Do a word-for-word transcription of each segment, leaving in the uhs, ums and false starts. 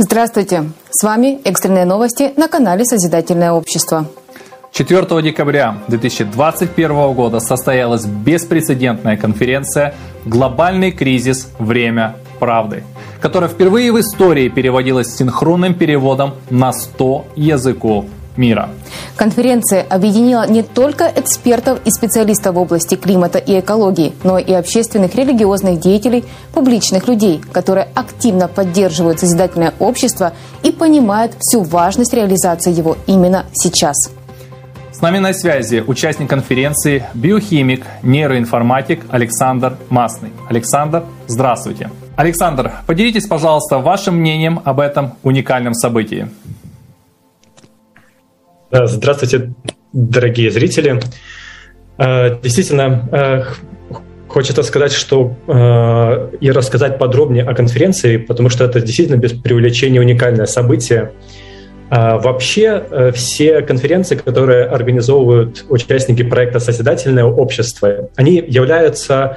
Здравствуйте! С вами экстренные новости на канале «Созидательное общество». четвёртого декабря две тысячи двадцать первого года состоялась беспрецедентная конференция «Глобальный кризис. Время правды», которая впервые в истории переводилась синхронным переводом на сто языков мира. Конференция объединила не только экспертов и специалистов в области климата и экологии, но и общественных, религиозных деятелей, публичных людей, которые активно поддерживают созидательное общество и понимают всю важность реализации его именно сейчас. С нами на связи участник конференции, биохимик, нейроинформатик Александр Масный. Александр, здравствуйте. Александр, поделитесь, пожалуйста, вашим мнением об этом уникальном событии. Здравствуйте, дорогие зрители. Действительно, хочется сказать, что и рассказать подробнее о конференции, потому что это действительно без преувеличения уникальное событие. Вообще, все конференции, которые организовывают участники проекта «Созидательное общество», они являются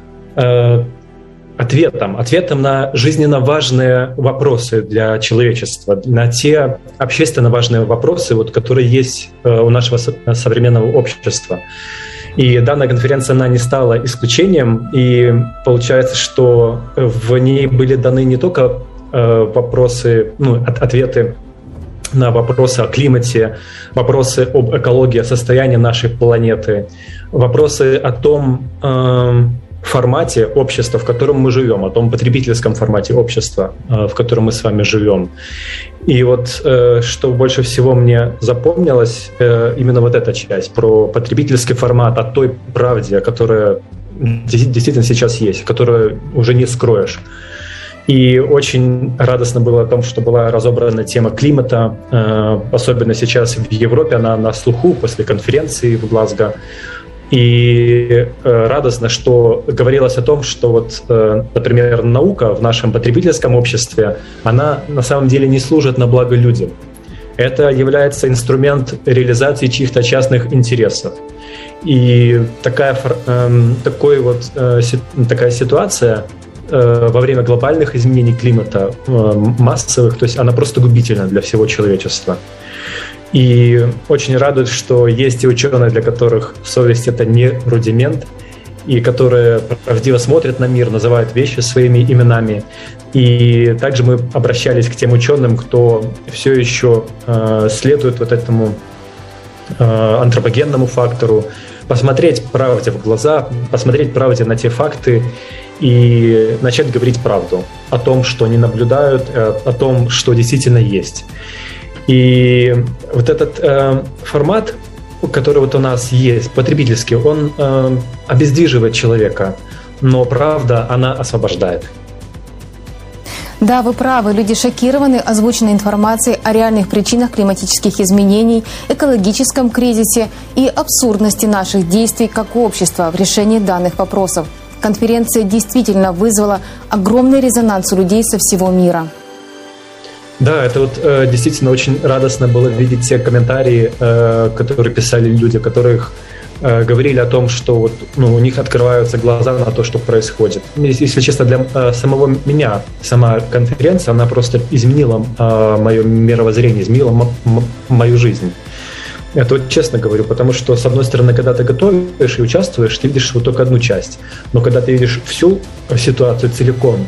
ответом, ответом на жизненно важные вопросы для человечества, на те общественно важные вопросы, вот, которые есть у нашего современного общества. И данная конференция, она не стала исключением, и получается, что в ней были даны не только вопросы, ну, ответы на вопросы о климате, вопросы об экологии, о состоянии нашей планеты, вопросы о том формате общества, в котором мы живем, о том потребительском формате общества, в котором мы с вами живем. И вот что больше всего мне запомнилось, именно вот эта часть про потребительский формат, о той правде, которая действительно сейчас есть, которую уже не скроешь. И очень радостно было о том, что была разобрана тема климата, особенно сейчас в Европе, она на слуху после конференции в Глазго. И радостно, что говорилось о том, что вот, например, наука в нашем потребительском обществе, она на самом деле не служит на благо людям. Это является инструмент реализации чьих-то частных интересов. И такая, такой вот, такая ситуация во время глобальных изменений климата, массовых, то есть она просто губительна для всего человечества. И очень радует, что есть и ученые, для которых совесть — это не рудимент, и которые правдиво смотрят на мир, называют вещи своими именами. И также мы обращались к тем ученым, кто все еще э, следует вот этому э, антропогенному фактору, посмотреть правде в глаза, посмотреть правде на те факты и начать говорить правду о том, что они наблюдают, э, о том, что действительно есть. И вот этот э, формат, который вот у нас есть, потребительский, он э, обездвиживает человека, но правда, она освобождает. Да, вы правы. Люди шокированы озвученной информацией о реальных причинах климатических изменений, экологическом кризисе и абсурдности наших действий как общества в решении данных вопросов. Конференция действительно вызвала огромный резонанс у людей со всего мира. Да, это вот э, действительно очень радостно было видеть те комментарии, э, которые писали люди, которых э, говорили о том, что вот, ну, у них открываются глаза на то, что происходит. Если честно, для э, самого меня сама конференция, она просто изменила э, мое мировоззрение, изменила м- м- мою жизнь. Это вот честно говорю, потому что, с одной стороны, когда ты готовишь и участвуешь, ты видишь вот только одну часть. Но когда ты видишь всю ситуацию целиком,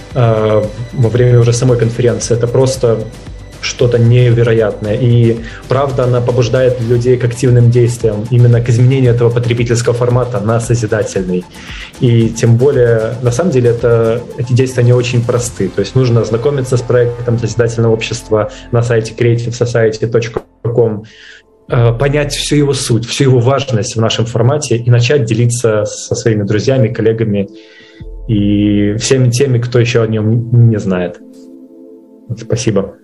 во время уже самой конференции, это просто что-то невероятное. И правда, она побуждает людей к активным действиям, именно к изменению этого потребительского формата на созидательный. И тем более, на самом деле, это, эти действия не очень просты. То есть нужно ознакомиться с проектом созидательного общества на сайте креатив сосайти точка ком, понять всю его суть, всю его важность в нашем формате и начать делиться со своими друзьями, коллегами и всеми теми, кто еще о нем не знает. Спасибо.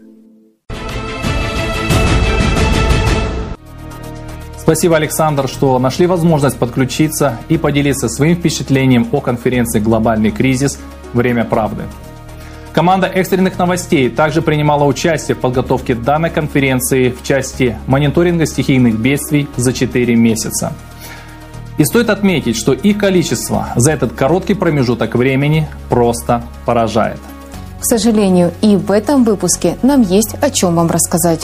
Спасибо, Александр, что нашли возможность подключиться и поделиться своим впечатлением о конференции «Глобальный кризис. Время правды». Команда экстренных новостей также принимала участие в подготовке данной конференции в части мониторинга стихийных бедствий за четыре месяца. И стоит отметить, что их количество за этот короткий промежуток времени просто поражает. К сожалению, и в этом выпуске нам есть о чем вам рассказать.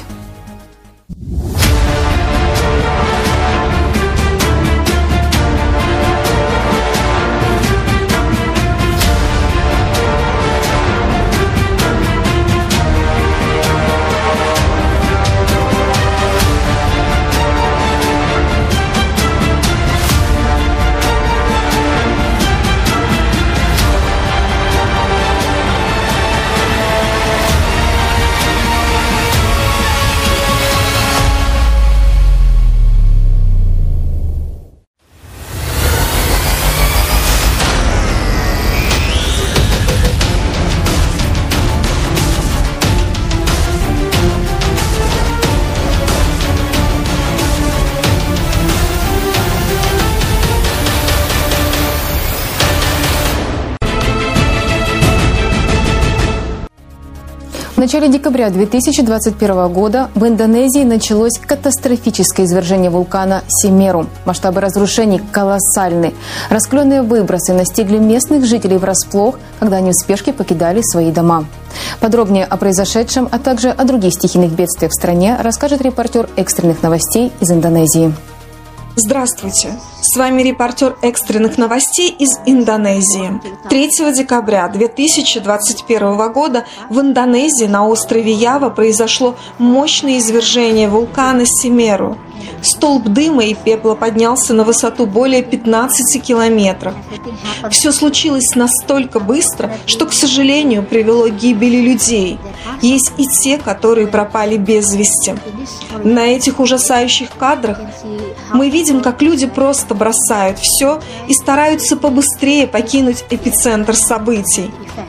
В начале декабря две тысячи двадцать первого года в Индонезии началось катастрофическое извержение вулкана Семеру. Масштабы разрушений колоссальны. Раскаленные выбросы настигли местных жителей врасплох, когда они в спешке покидали свои дома. Подробнее о произошедшем, а также о других стихийных бедствиях в стране расскажет репортер экстренных новостей из Индонезии. Здравствуйте! С вами репортер экстренных новостей из Индонезии. третьего декабря две тысячи двадцать первого года в Индонезии на острове Ява произошло мощное извержение вулкана Семеру. Столб дыма и пепла поднялся на высоту более пятнадцати километров. Все случилось настолько быстро, что, к сожалению, привело к гибели людей. Есть и те, которые пропали без вести. На этих ужасающих кадрах мы видим, как люди просто бросают все и стараются побыстрее покинуть эпицентр событий.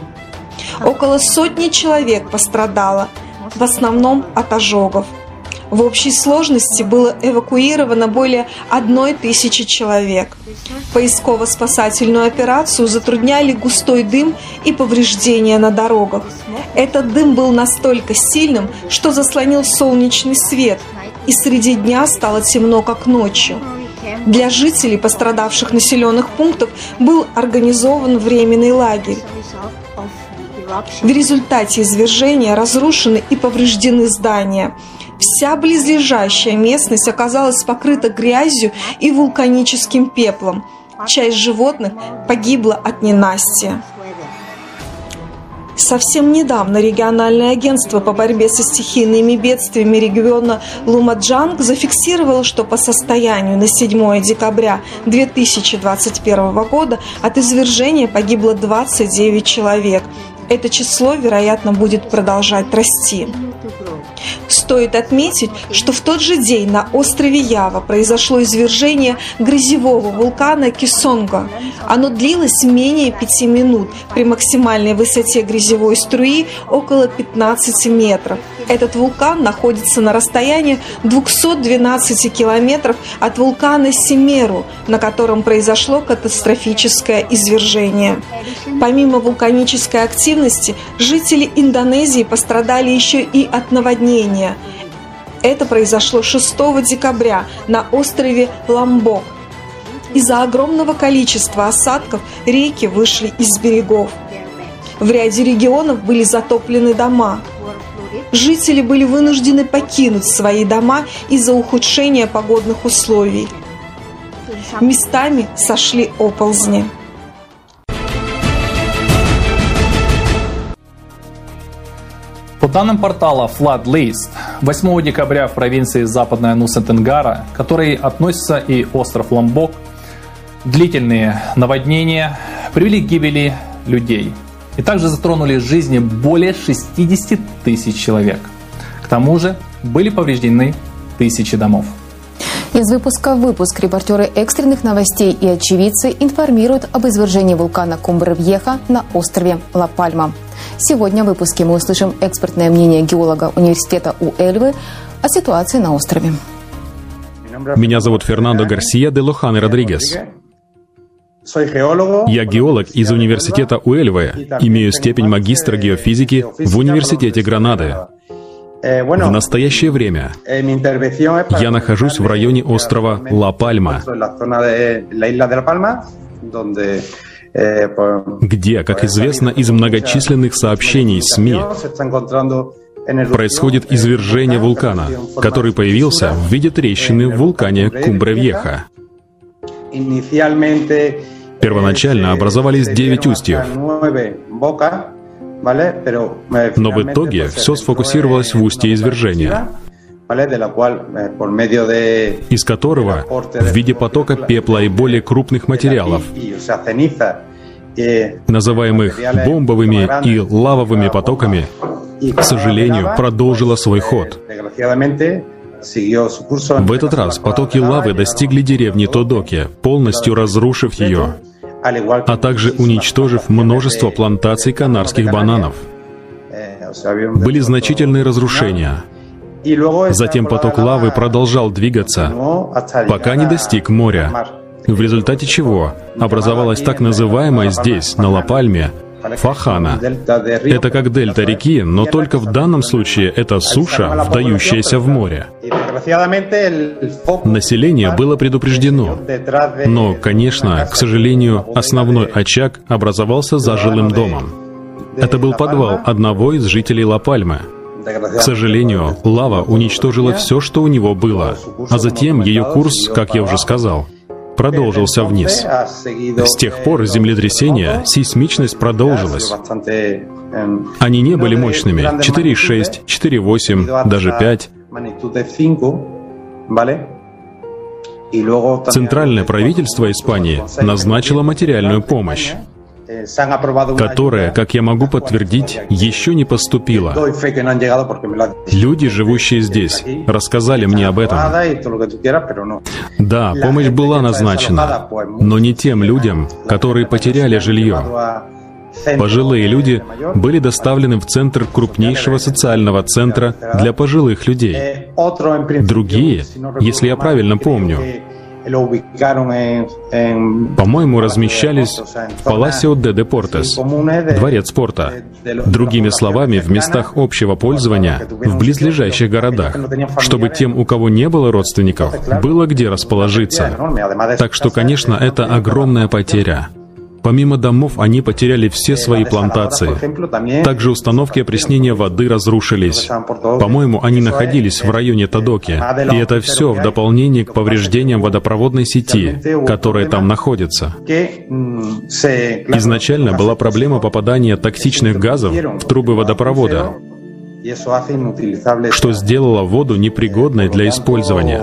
Около сотни человек пострадало, в основном от ожогов. В общей сложности было эвакуировано более одной тысячи человек. Поисково-спасательную операцию затрудняли густой дым и повреждения на дорогах. Этот дым был настолько сильным, что заслонил солнечный свет, и среди дня стало темно, как ночью. Для жителей пострадавших населенных пунктов был организован временный лагерь. В результате извержения разрушены и повреждены здания. Вся близлежащая местность оказалась покрыта грязью и вулканическим пеплом. Часть животных погибла от ненастья. Совсем недавно региональное агентство по борьбе со стихийными бедствиями региона Лумаджанг зафиксировало, что по состоянию на седьмое декабря две тысячи двадцать первого года от извержения погибло двадцать девять человек. Это число, вероятно, будет продолжать расти. Стоит отметить, что в тот же день на острове Ява произошло извержение грязевого вулкана Кисонго. Оно длилось менее пяти минут при максимальной высоте грязевой струи около пятнадцати метров. Этот вулкан находится на расстоянии двухсот двенадцати километров от вулкана Семеру, на котором произошло катастрофическое извержение. Помимо вулканической активности, жители Индонезии пострадали еще и от наводнения. Это произошло шестого декабря на острове Ломбок. Из-за огромного количества осадков реки вышли из берегов. В ряде регионов были затоплены дома. Жители были вынуждены покинуть свои дома из-за ухудшения погодных условий. Местами сошли оползни. По данным портала Floodlist, восьмого декабря в провинции Западная Нуса Тенгара, к которой относится и остров Ломбок, длительные наводнения привели к гибели людей и также затронули жизни более шестидесяти тысяч человек. К тому же были повреждены тысячи домов. Из выпуска в выпуск репортеры экстренных новостей и очевидцы информируют об извержении вулкана Кумбре-Вьеха на острове Ла-Пальма. Сегодня в выпуске мы услышим экспертное мнение геолога университета Уэльвы о ситуации на острове. Меня зовут Фернандо Гарсия де Лохан Родригес. Я геолог из университета Уэльвы, имею степень магистра геофизики в университете Гранады. В настоящее время я нахожусь в районе острова Ла-Пальма. где, как известно из многочисленных сообщений СМИ, происходит извержение вулкана, который появился в виде трещины в вулкане Кумбре-Вьеха. Первоначально образовались девять устьев, но в итоге все сфокусировалось в устье извержения, из которого в виде потока пепла и более крупных материалов, называемых бомбовыми и лавовыми потоками, к сожалению, продолжило свой ход. В этот раз потоки лавы достигли деревни Тодоке, полностью разрушив ее, а также уничтожив множество плантаций канарских бананов. Были значительные разрушения. Затем поток лавы продолжал двигаться, пока не достиг моря, в результате чего образовалась так называемая здесь, на Ла-Пальме, Фахана. Это как дельта реки, но только в данном случае это суша, вдающаяся в море. Население было предупреждено, но, конечно, к сожалению, основной очаг образовался за жилым домом. Это был подвал одного из жителей Ла-Пальмы. К сожалению, лава уничтожила все, что у него было, а затем ее курс, как я уже сказал, продолжился вниз. С тех пор землетрясения, сейсмичность продолжилась. Они не были мощными. четыре и шесть, четыре и восемь, даже пять. Центральное правительство Испании назначило материальную помощь, которая, как я могу подтвердить, еще не поступила. Люди, живущие здесь, рассказали мне об этом. Да, помощь была назначена, но не тем людям, которые потеряли жилье. Пожилые люди были доставлены в центр крупнейшего социального центра для пожилых людей. Другие, если я правильно помню, по-моему, размещались в Паласио де Депортес, дворец спорта. Другими словами, в местах общего пользования в близлежащих городах, чтобы тем, у кого не было родственников, было где расположиться. Так что, конечно, это огромная потеря. Помимо домов, они потеряли все свои плантации. Также установки опреснения воды разрушились. По-моему, они находились в районе Тодоке. И это все в дополнение к повреждениям водопроводной сети, которая там находится. Изначально была проблема попадания токсичных газов в трубы водопровода, что сделало воду непригодной для использования.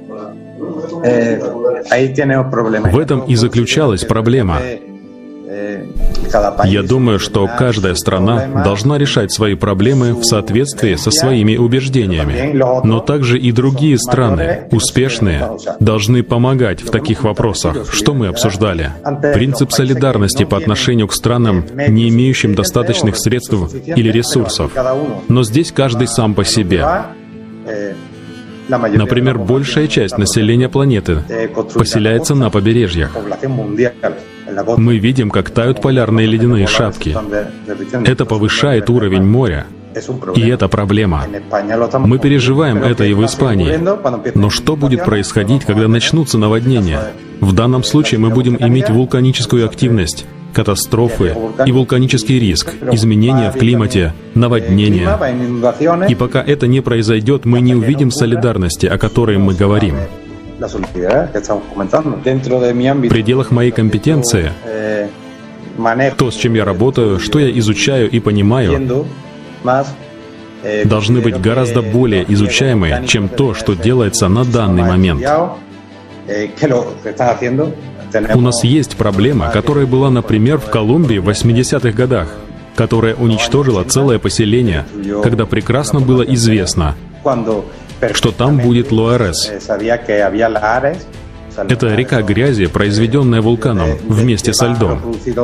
В этом и заключалась проблема. Я думаю, что каждая страна должна решать свои проблемы в соответствии со своими убеждениями. Но также и другие страны, успешные, должны помогать в таких вопросах, что мы обсуждали. Принцип солидарности по отношению к странам, не имеющим достаточных средств или ресурсов. Но здесь каждый сам по себе. Например, большая часть населения планеты поселяется на побережьях. Мы видим, как тают полярные ледяные шапки. Это повышает уровень моря. И это проблема. Мы переживаем это и в Испании. Но что будет происходить, когда начнутся наводнения? В данном случае мы будем иметь вулканическую активность, катастрофы и вулканический риск, изменения в климате, наводнения. И пока это не произойдет, мы не увидим солидарности, о которой мы говорим. В пределах моей компетенции, то, с чем я работаю, что я изучаю и понимаю, должны быть гораздо более изучаемы, чем то, что делается на данный момент. У нас есть проблема, которая была, например, в Колумбии в восьмидесятых годах, которая уничтожила целое поселение, когда прекрасно было известно, что там будет Луарес. Это река грязи, произведенная вулканом вместе со льдом.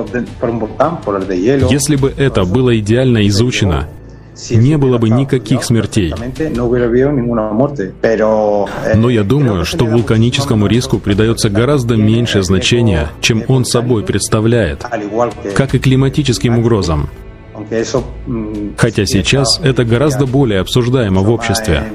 Если бы это было идеально изучено, не было бы никаких смертей. Но я думаю, что вулканическому риску придается гораздо меньше значения, чем он собой представляет, как и климатическим угрозам. Хотя сейчас это гораздо более обсуждаемо в обществе.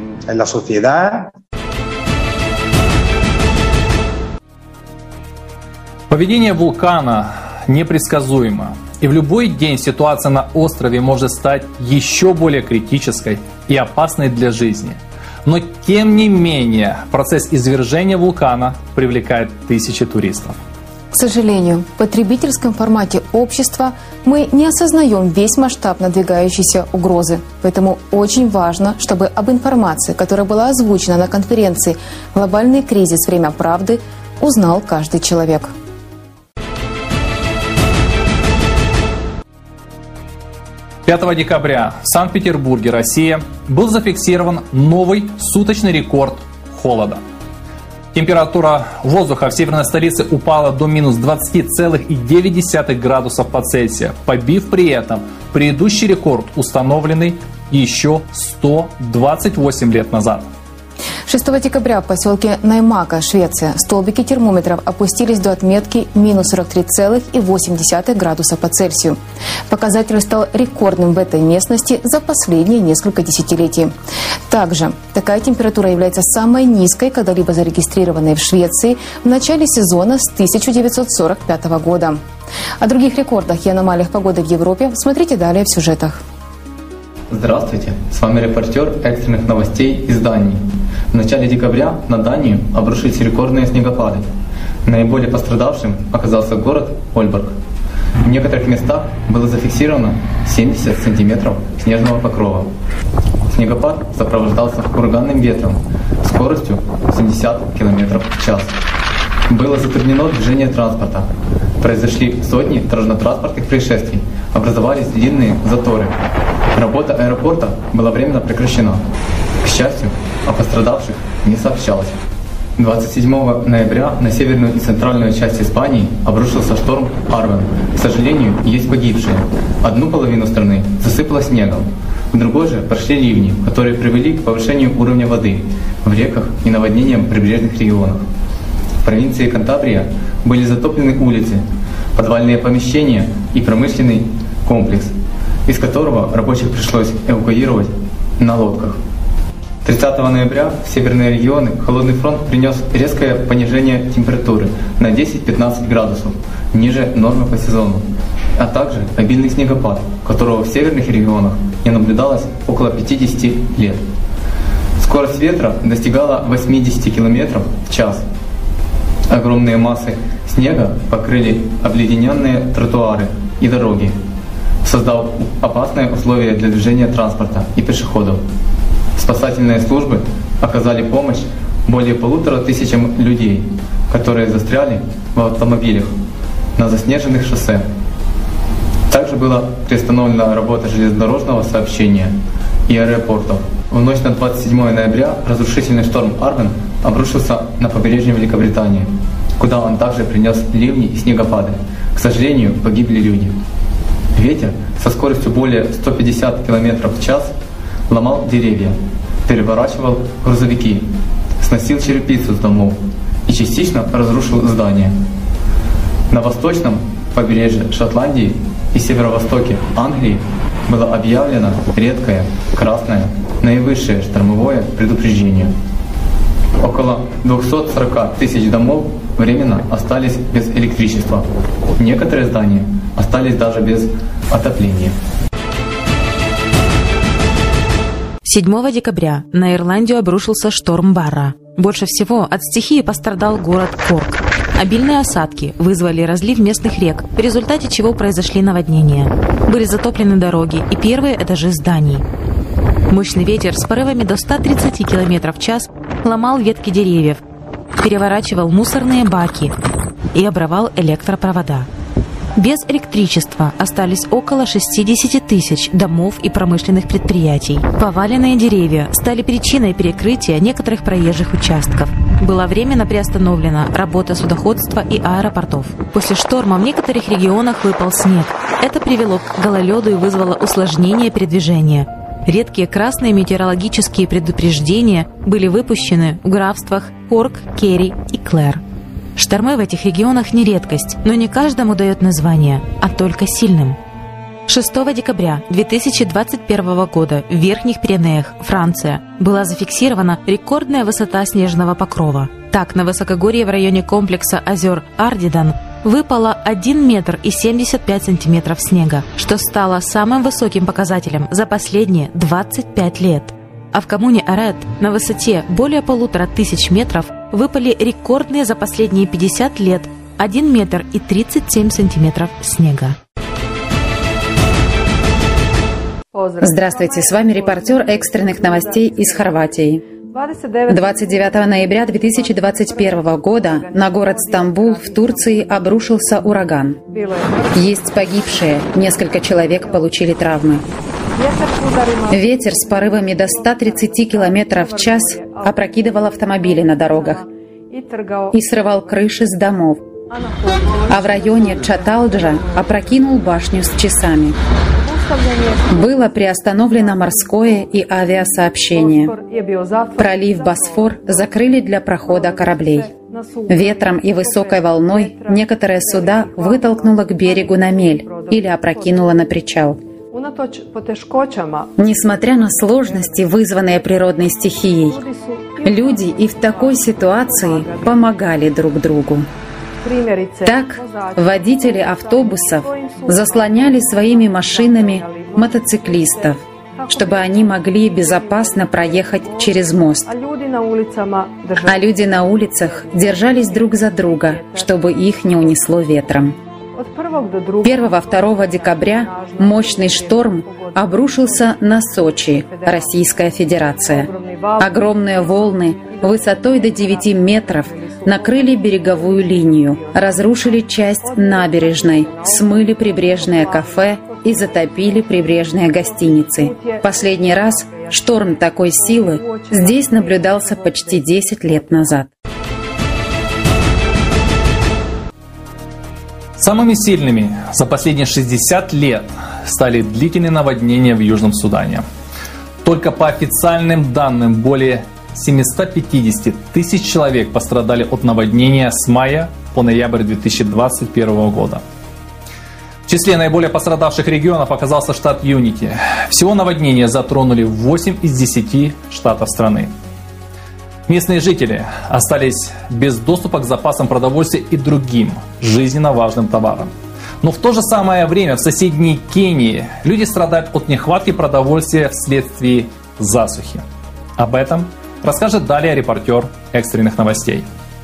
Поведение вулкана непредсказуема. И в любой день ситуация на острове может стать еще более критической и опасной для жизни. Но тем не менее, процесс извержения вулкана привлекает тысячи туристов. К сожалению, в потребительском формате общества мы не осознаем весь масштаб надвигающейся угрозы. Поэтому очень важно, чтобы об информации, которая была озвучена на конференции «Глобальный кризис. Время правды», узнал каждый человек. пятого декабря в Санкт-Петербурге, Россия, был зафиксирован новый суточный рекорд холода. Температура воздуха в северной столице упала до минус двадцати целых девяти десятых градусов по Цельсию, побив при этом предыдущий рекорд, установленный еще сто двадцать восемь лет назад. шестого декабря в поселке Наймака, Швеция, столбики термометров опустились до отметки минус сорок три целых восемь десятых градуса по Цельсию. Показатель стал рекордным в этой местности за последние несколько десятилетий. Также такая температура является самой низкой, когда-либо зарегистрированной в Швеции в начале сезона с тысяча девятьсот сорок пятого года. О других рекордах и аномалиях погоды в Европе смотрите далее в сюжетах. Здравствуйте, с вами репортер экстренных новостей из Дании. В начале декабря на Данию обрушились рекордные снегопады. Наиболее пострадавшим оказался город Ольборг. В некоторых местах было зафиксировано семьдесят сантиметров снежного покрова. Снегопад сопровождался ураганным ветром скоростью семьдесят километров в час. Было затруднено движение транспорта. Произошли сотни дорожно-транспортных происшествий, образовались длинные заторы. Работа аэропорта была временно прекращена. К счастью, о пострадавших не сообщалось. двадцать седьмого ноября на северную и центральную часть Испании обрушился шторм Арвен. К сожалению, есть погибшие. Одну половину страны засыпало снегом. В другой же прошли ливни, которые привели к повышению уровня воды в реках и наводнениям прибрежных регионов. В провинции Кантабрия были затоплены улицы, подвальные помещения и промышленный комплекс, из которого рабочих пришлось эвакуировать на лодках. тридцатого ноября в северные регионы холодный фронт принес резкое понижение температуры на десять-пятнадцать градусов ниже нормы по сезону, а также обильный снегопад, которого в северных регионах не наблюдалось около пятидесяти лет. Скорость ветра достигала восьмидесяти километров в час. Огромные массы снега покрыли обледененные тротуары и дороги, создав опасные условия для движения транспорта и пешеходов. Спасательные службы оказали помощь более полутора тысячам людей, которые застряли в автомобилях на заснеженных шоссе. Также была приостановлена работа железнодорожного сообщения и аэропортов. В ночь на двадцать седьмое ноября разрушительный шторм Арвен обрушился на побережье Великобритании, куда он также принес ливни и снегопады. К сожалению, погибли люди. Ветер со скоростью более ста пятидесяти километров в час ломал деревья, переворачивал грузовики, сносил черепицу с домов и частично разрушил здания. На восточном побережье Шотландии и северо-востоке Англии было объявлено редкое красное наивысшее штормовое предупреждение. Около двухсот сорока тысяч домов временно остались без электричества. Некоторые здания остались даже без отопления. седьмого декабря на Ирландию обрушился шторм Барра. Больше всего от стихии пострадал город Корк. Обильные осадки вызвали разлив местных рек, в результате чего произошли наводнения. Были затоплены дороги и первые этажи зданий. Мощный ветер с порывами до ста тридцати километров в час ломал ветки деревьев, переворачивал мусорные баки и обрывал электропровода. Без электричества остались около шестидесяти тысяч домов и промышленных предприятий. Поваленные деревья стали причиной перекрытия некоторых проезжих участков. Была временно приостановлена работа судоходства и аэропортов. После шторма в некоторых регионах выпал снег. Это привело к гололеду и вызвало усложнение передвижения. Редкие красные метеорологические предупреждения были выпущены в графствах Корк, Керри и Клэр. Штормы в этих регионах не редкость, но не каждому дает название, а только сильным. шестого декабря две тысячи двадцать первого года в Верхних Пиренеях, Франция, была зафиксирована рекордная высота снежного покрова. Так, на высокогорье в районе комплекса озер Ардидан выпало один метр и семьдесят пять сантиметров снега, что стало самым высоким показателем за последние двадцать пять лет. А в коммуне Арет на высоте более полутора тысяч метров выпали рекордные за последние пятьдесят лет один метр и тридцать семь сантиметров снега. Здравствуйте, с вами репортер экстренных новостей из Хорватии. двадцать девятого ноября две тысячи двадцать первого года на город Стамбул в Турции обрушился ураган. Есть погибшие, несколько человек получили травмы. Ветер с порывами до ста тридцати километров в час опрокидывал автомобили на дорогах и срывал крыши с домов. А в районе Чаталджа опрокинул башню с часами. Было приостановлено морское и авиасообщение. Пролив Босфор закрыли для прохода кораблей. Ветром и высокой волной некоторые суда вытолкнуло к берегу на мель или опрокинуло на причал. Несмотря на сложности, вызванные природной стихией, люди и в такой ситуации помогали друг другу. Так, водители автобусов заслоняли своими машинами мотоциклистов, чтобы они могли безопасно проехать через мост. А люди на улицах держались друг за друга, чтобы их не унесло ветром. первого-второго декабря мощный шторм обрушился на Сочи, Российская Федерация. Огромные волны высотой до девяти метров накрыли береговую линию, разрушили часть набережной, смыли прибрежное кафе и затопили прибрежные гостиницы. Последний раз шторм такой силы здесь наблюдался почти десять лет назад. Самыми сильными за последние шестьдесят лет стали длительные наводнения в Южном Судане. Только по официальным данным более семьсот пятьдесят тысяч человек пострадали от наводнения с мая по ноябрь две тысячи двадцать первого года. В числе наиболее пострадавших регионов оказался штат Юнити. Всего наводнения затронули восемь из десяти штатов страны. Местные жители остались без доступа к запасам продовольствия и другим жизненно важным товарам. Но в то же самое время в соседней Кении люди страдают от нехватки продовольствия вследствие засухи. Об этом расскажет далее репортер экстренных новостей.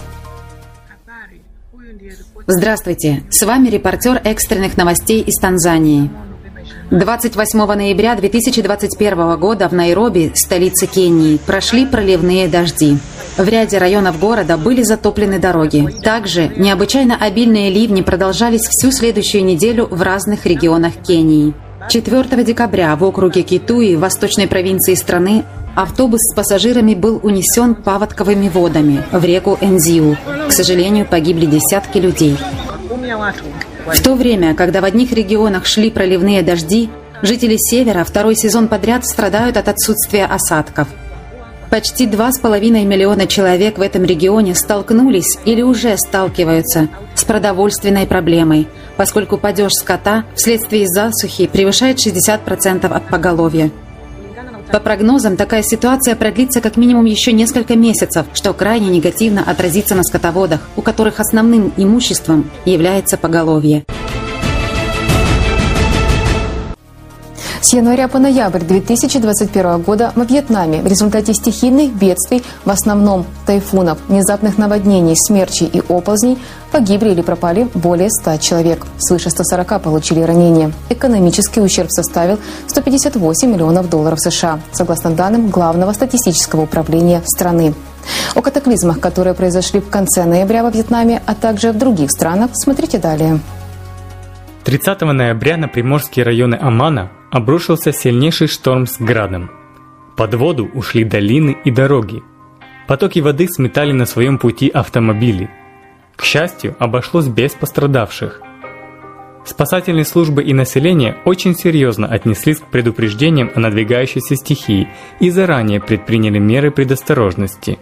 Здравствуйте, с вами репортер экстренных новостей из Танзании. двадцать восьмого ноября две тысячи двадцать первого года в Найроби, столице Кении, прошли проливные дожди. В ряде районов города были затоплены дороги. Также необычайно обильные ливни продолжались всю следующую неделю в разных регионах Кении. четвёртого декабря в округе Китуи, в восточной провинции страны, автобус с пассажирами был унесен паводковыми водами в реку Энзиу. К сожалению, погибли десятки людей. В то время, когда в одних регионах шли проливные дожди, жители Севера второй сезон подряд страдают от отсутствия осадков. Почти два с половиной миллиона человек в этом регионе столкнулись или уже сталкиваются с продовольственной проблемой, поскольку падеж скота вследствие засухи превышает шестьдесят процентов от поголовья. По прогнозам, такая ситуация продлится как минимум еще несколько месяцев, что крайне негативно отразится на скотоводах, у которых основным имуществом является поголовье. С января по ноябрь две тысячи двадцать первого года во Вьетнаме в результате стихийных бедствий, в основном тайфунов, внезапных наводнений, смерчей и оползней, погибли или пропали более ста человек. Свыше ста сорока получили ранения. Экономический ущерб составил сто пятьдесят восемь миллионов долларов США, согласно данным Главного статистического управления страны. О катаклизмах, которые произошли в конце ноября во Вьетнаме, а также в других странах, смотрите далее. тридцатого ноября на приморские районы Омана обрушился сильнейший шторм с градом. Под воду ушли долины и дороги. Потоки воды сметали на своем пути автомобили. К счастью, обошлось без пострадавших. Спасательные службы и население очень серьезно отнеслись к предупреждениям о надвигающейся стихии и заранее предприняли меры предосторожности.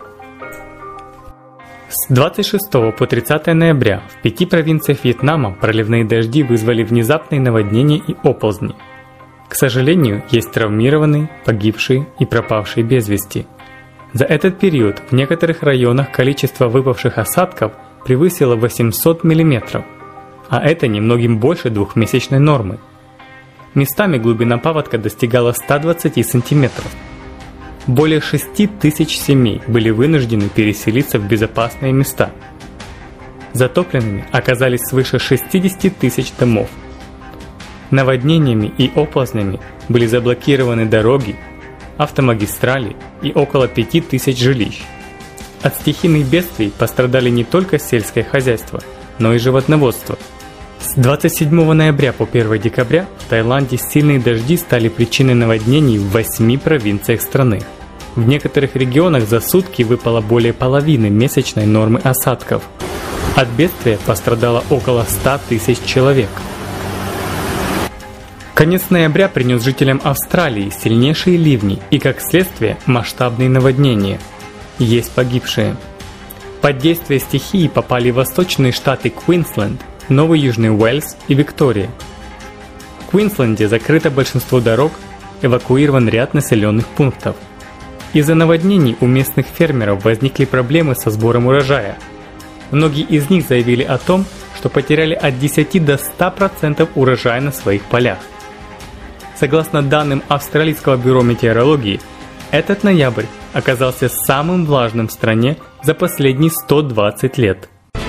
С двадцать шестого по тридцатое ноября в пяти провинциях Вьетнама проливные дожди вызвали внезапные наводнения и оползни. К сожалению, есть травмированные, погибшие и пропавшие без вести. За этот период в некоторых районах количество выпавших осадков превысило восемьсот миллиметров. а это немногим больше двухмесячной нормы. Местами глубина паводка достигала ста двадцати сантиметров. Более шести тысяч семей были вынуждены переселиться в безопасные места. Затопленными оказались свыше шестидесяти тысяч домов. Наводнениями и оползнями были заблокированы дороги, автомагистрали и около пяти тысяч жилищ. От стихийных бедствий пострадали не только сельское хозяйство, но и животноводство. С двадцать седьмого ноября по первое декабря в Таиланде сильные дожди стали причиной наводнений в восьми провинциях страны. В некоторых регионах за сутки выпало более половины месячной нормы осадков. От бедствия пострадало около ста тысяч человек. Конец ноября принес жителям Австралии сильнейшие ливни и, как следствие, масштабные наводнения. Есть погибшие. Под действие стихии попали восточные штаты Квинсленд, Новый Южный Уэльс и Виктория. В Квинсленде закрыто большинство дорог, эвакуирован ряд населенных пунктов. Из-за наводнений у местных фермеров возникли проблемы со сбором урожая. Многие из них заявили о том, что потеряли от десяти до ста процентов урожая на своих полях. Согласно данным Австралийского бюро метеорологии, этот ноябрь оказался самым влажным в стране за последние сто двадцать лет.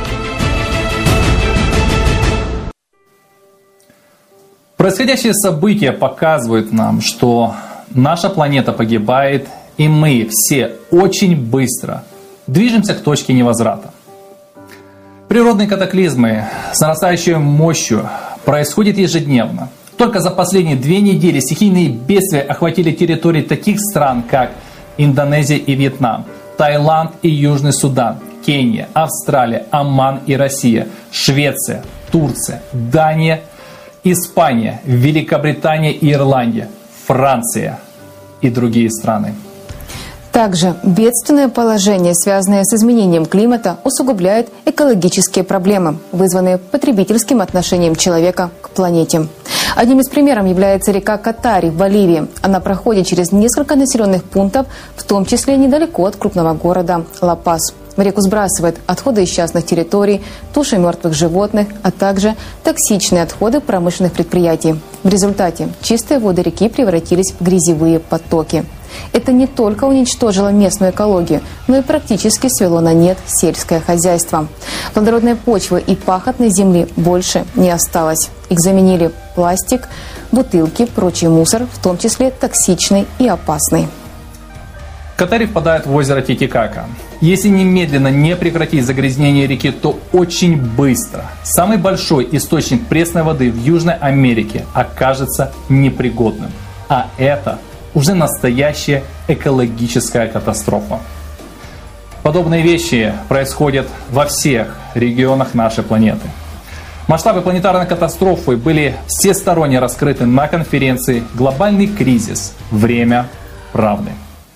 Происходящие события показывают нам, что наша планета погибает, и мы все очень быстро движемся к точке невозврата. Природные катаклизмы с нарастающей мощью происходят ежедневно. Только за последние две недели стихийные бедствия охватили территории таких стран, как Индонезия и Вьетнам, Таиланд и Южный Судан, Кения, Австралия, Оман и Россия, Швеция, Турция, Дания, Испания, Великобритания и Ирландия, Франция и другие страны. Также бедственное положение, связанное с изменением климата, усугубляет экологические проблемы, вызванные потребительским отношением человека к планете. Одним из примеров является река Катари в Боливии. Она проходит через несколько населенных пунктов, в том числе недалеко от крупного города Ла-Пас. В реку сбрасывают отходы из частных территорий, туши мертвых животных, а также токсичные отходы промышленных предприятий. В результате чистые воды реки превратились в грязевые потоки. Это не только уничтожило местную экологию, но и практически свело на нет сельское хозяйство. Плодородной почвы и пахотной земли больше не осталось. Их заменили пластик, бутылки, прочий мусор, в том числе токсичный и опасный. Катари впадает в озеро Титикака. Если немедленно не прекратить загрязнение реки, то очень быстро самый большой источник пресной воды в Южной Америке окажется непригодным. А это уже настоящая экологическая катастрофа. Подобные вещи происходят во всех регионах нашей планеты. Масштабы планетарной катастрофы были всесторонне раскрыты на конференции «Глобальный кризис. Время правды».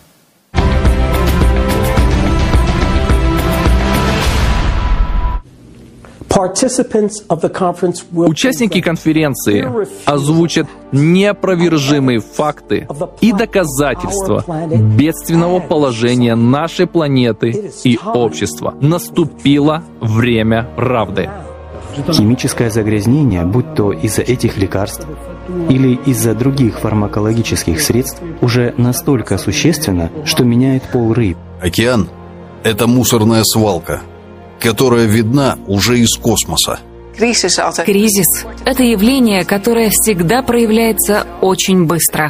Участники конференции озвучат неопровержимые факты и доказательства бедственного положения нашей планеты и общества. Наступило время правды. Химическое загрязнение, будь то из-за этих лекарств или из-за других фармакологических средств, уже настолько существенно, что меняет пол рыб. Океан — это мусорная свалка, которая видна уже из космоса. Кризис – это явление, которое всегда проявляется очень быстро.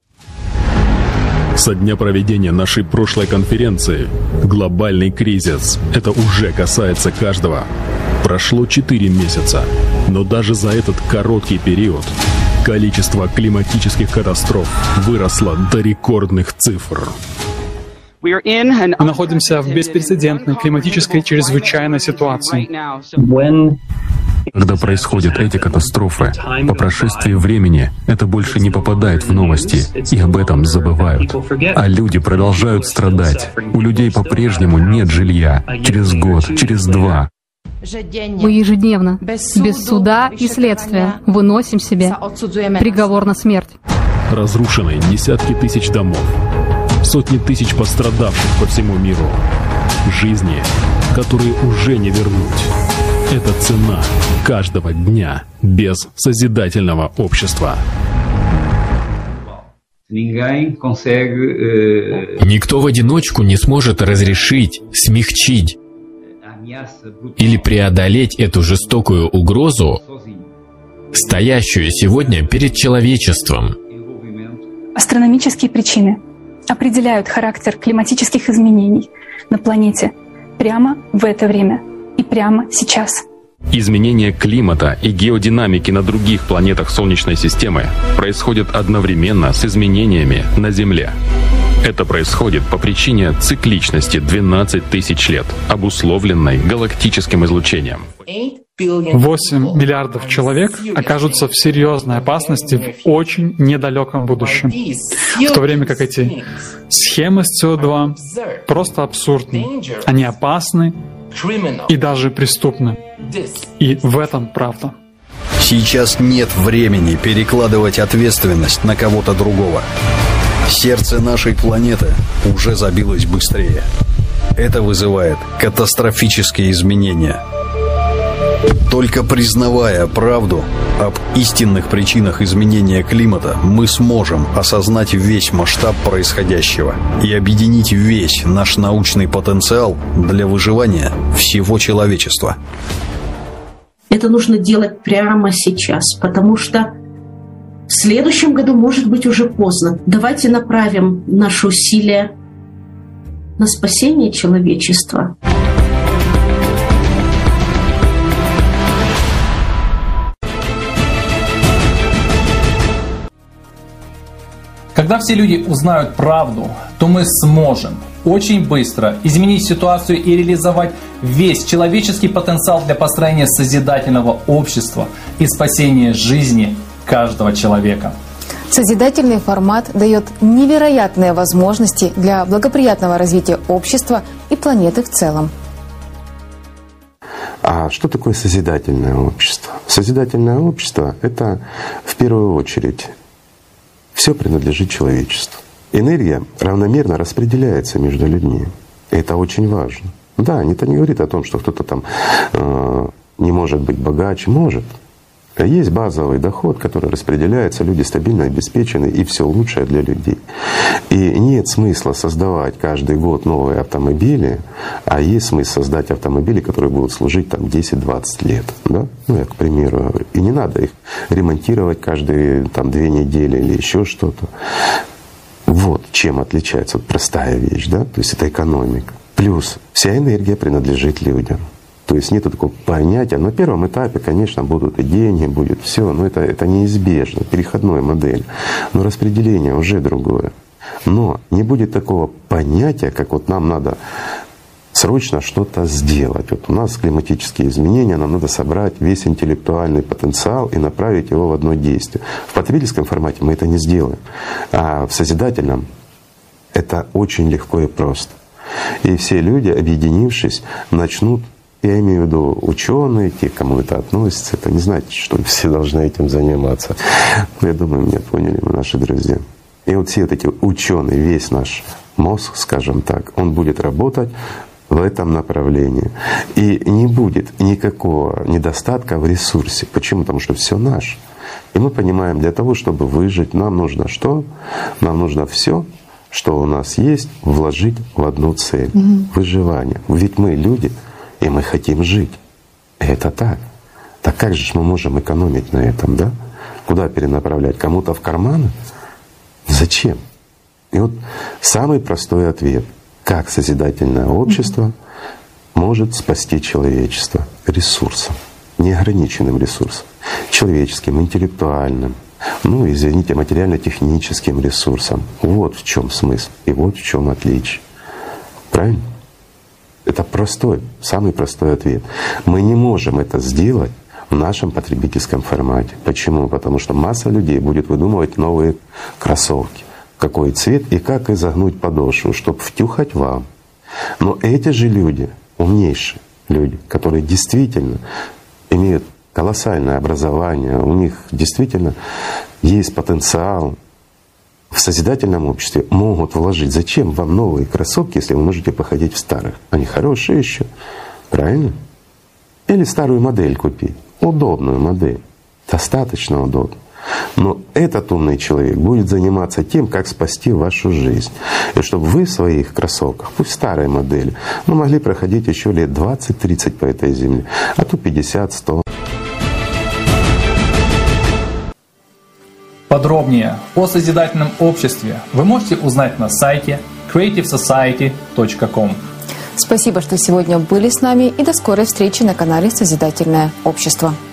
Со дня проведения нашей прошлой конференции «Глобальный кризис» это уже касается каждого. Прошло четыре месяца, но даже за этот короткий период количество климатических катастроф выросло до рекордных цифр. Мы находимся в беспрецедентной климатической чрезвычайной ситуации. Когда происходят эти катастрофы, по прошествии времени это больше не попадает в новости, и об этом забывают. А люди продолжают страдать. У людей по-прежнему нет жилья. Через год, через два. Мы ежедневно, без суда и следствия, выносим себе приговор на смерть. Разрушены десятки тысяч домов. Сотни тысяч пострадавших по всему миру. Жизни, которые уже не вернуть. Это цена каждого дня без созидательного общества. Никто в одиночку не сможет разрешить, смягчить или преодолеть эту жестокую угрозу, стоящую сегодня перед человечеством. Астрономические причины определяют характер климатических изменений на планете прямо в это время и прямо сейчас. Изменение климата и геодинамики на других планетах Солнечной системы происходят одновременно с изменениями на Земле. Это происходит по причине цикличности двенадцать тысяч лет, обусловленной галактическим излучением. восемь миллиардов человек окажутся в серьезной опасности в очень недалеком будущем, в то время как эти схемы с СО2 просто абсурдны. Они опасны и даже преступны. И в этом правда. Сейчас нет времени перекладывать ответственность на кого-то другого. Сердце нашей планеты уже забилось быстрее. Это вызывает катастрофические изменения. Только признавая правду об истинных причинах изменения климата, мы сможем осознать весь масштаб происходящего и объединить весь наш научный потенциал для выживания всего человечества. Это нужно делать прямо сейчас, потому что в следующем году может быть уже поздно. Давайте направим наши усилия на спасение человечества. Когда все люди узнают правду, то мы сможем очень быстро изменить ситуацию и реализовать весь человеческий потенциал для построения созидательного общества и спасения жизни каждого человека. Созидательный формат дает невероятные возможности для благоприятного развития общества и планеты в целом. А что такое созидательное общество? Созидательное общество — это в первую очередь все принадлежит человечеству. Энергия равномерно распределяется между людьми. И это очень важно. Да, это не говорит о том, что кто-то там э, не может быть богаче. Может. Есть базовый доход, который распределяется, люди стабильно обеспечены, и все лучшее для людей. И нет смысла создавать каждый год новые автомобили, а есть смысл создать автомобили, которые будут служить там десять-двадцать лет. Да? Ну, я к примеру говорю. И не надо их ремонтировать каждые там, две недели или еще что-то. Вот чем отличается вот простая вещь, да? То есть это экономика. Плюс вся энергия принадлежит людям. То есть нет такого понятия. На первом этапе, конечно, будут и деньги, будет все, но это, это неизбежно, переходная модель. Но распределение уже другое. Но не будет такого понятия, как вот нам надо срочно что-то сделать. Вот у нас климатические изменения, нам надо собрать весь интеллектуальный потенциал и направить его в одно действие. В потребительском формате мы это не сделаем. А в созидательном это очень легко и просто. И все люди, объединившись, начнут, я имею в виду ученые, те, к кому это относится, это не значит, что все должны этим заниматься. Я думаю, меня поняли наши друзья. И вот все вот эти ученые, весь наш мозг, скажем так, он будет работать в этом направлении. И не будет никакого недостатка в ресурсе. Почему? Потому что все наше. И мы понимаем, для того, чтобы выжить, нам нужно что? Нам нужно все, что у нас есть, вложить в одну цель mm-hmm. — выживание. Ведь мы люди, и мы хотим жить. И это так. Так как же мы можем экономить на этом, да? Куда перенаправлять? Кому-то в карманы? Зачем? И вот самый простой ответ. Как созидательное общество mm-hmm. может спасти человечество? Ресурсом. Неограниченным ресурсом. Человеческим, интеллектуальным. Ну, извините, материально-техническим ресурсом. Вот в чем смысл. И вот в чем отличие. Правильно? Это простой, самый простой ответ. Мы не можем это сделать в нашем потребительском формате. Почему? Потому что масса людей будет выдумывать новые кроссовки. Какой цвет и как изогнуть подошву, чтобы втюхать вам. Но эти же люди, умнейшие люди, которые действительно имеют колоссальное образование, у них действительно есть потенциал, в созидательном обществе могут вложить. Зачем вам новые кроссовки, если вы можете походить в старых? Они хорошие еще, правильно? Или старую модель купить. Удобную модель. Достаточно удобно. Но этот умный человек будет заниматься тем, как спасти вашу жизнь. И чтобы вы в своих кроссовках, пусть старой модели, но могли проходить еще лет двадцать-тридцать по этой земле, а то пятьдесят-сто. Подробнее о созидательном обществе вы можете узнать на сайте креатив сосайти точка ком. Спасибо, что сегодня были с нами, и до скорой встречи на канале «Созидательное общество».